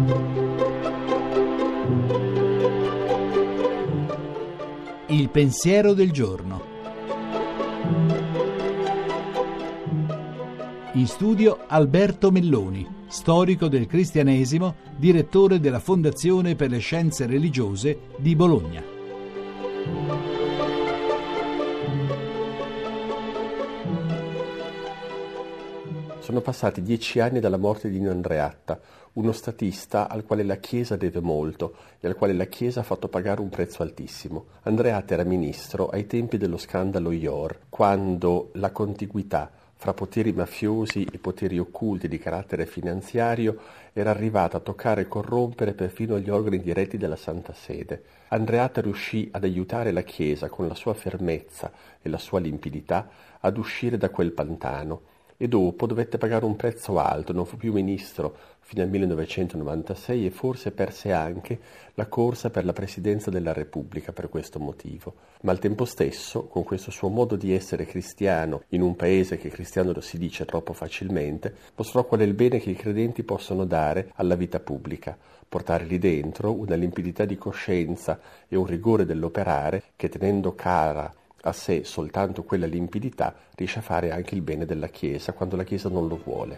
Il pensiero del giorno. In studio Alberto Melloni, storico del cristianesimo, direttore della Fondazione per le Scienze Religiose di Bologna. Sono passati 10 anni dalla morte di Nino Andreatta, uno statista al quale la Chiesa deve molto e al quale la Chiesa ha fatto pagare un prezzo altissimo. Andreatta era ministro ai tempi dello scandalo IOR, quando la contiguità fra poteri mafiosi e poteri occulti di carattere finanziario era arrivata a toccare e corrompere perfino gli organi diretti della Santa Sede. Andreatta riuscì ad aiutare la Chiesa con la sua fermezza e la sua limpidità ad uscire da quel pantano. E dopo dovette pagare un prezzo alto, non fu più ministro fino al 1996 e forse perse anche la corsa per la presidenza della Repubblica per questo motivo. Ma al tempo stesso, con questo suo modo di essere cristiano in un paese che cristiano lo si dice troppo facilmente, mostrò qual è il bene che i credenti possono dare alla vita pubblica, portare lì dentro una limpidità di coscienza e un rigore dell'operare che, tenendo cara a sé soltanto quella limpidità, riesce a fare anche il bene della Chiesa quando la Chiesa non lo vuole.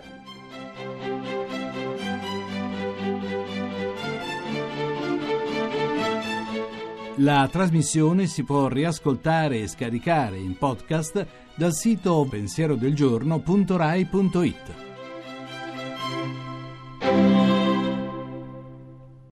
La trasmissione si può riascoltare e scaricare in podcast dal sito pensierodelgiorno.rai.it.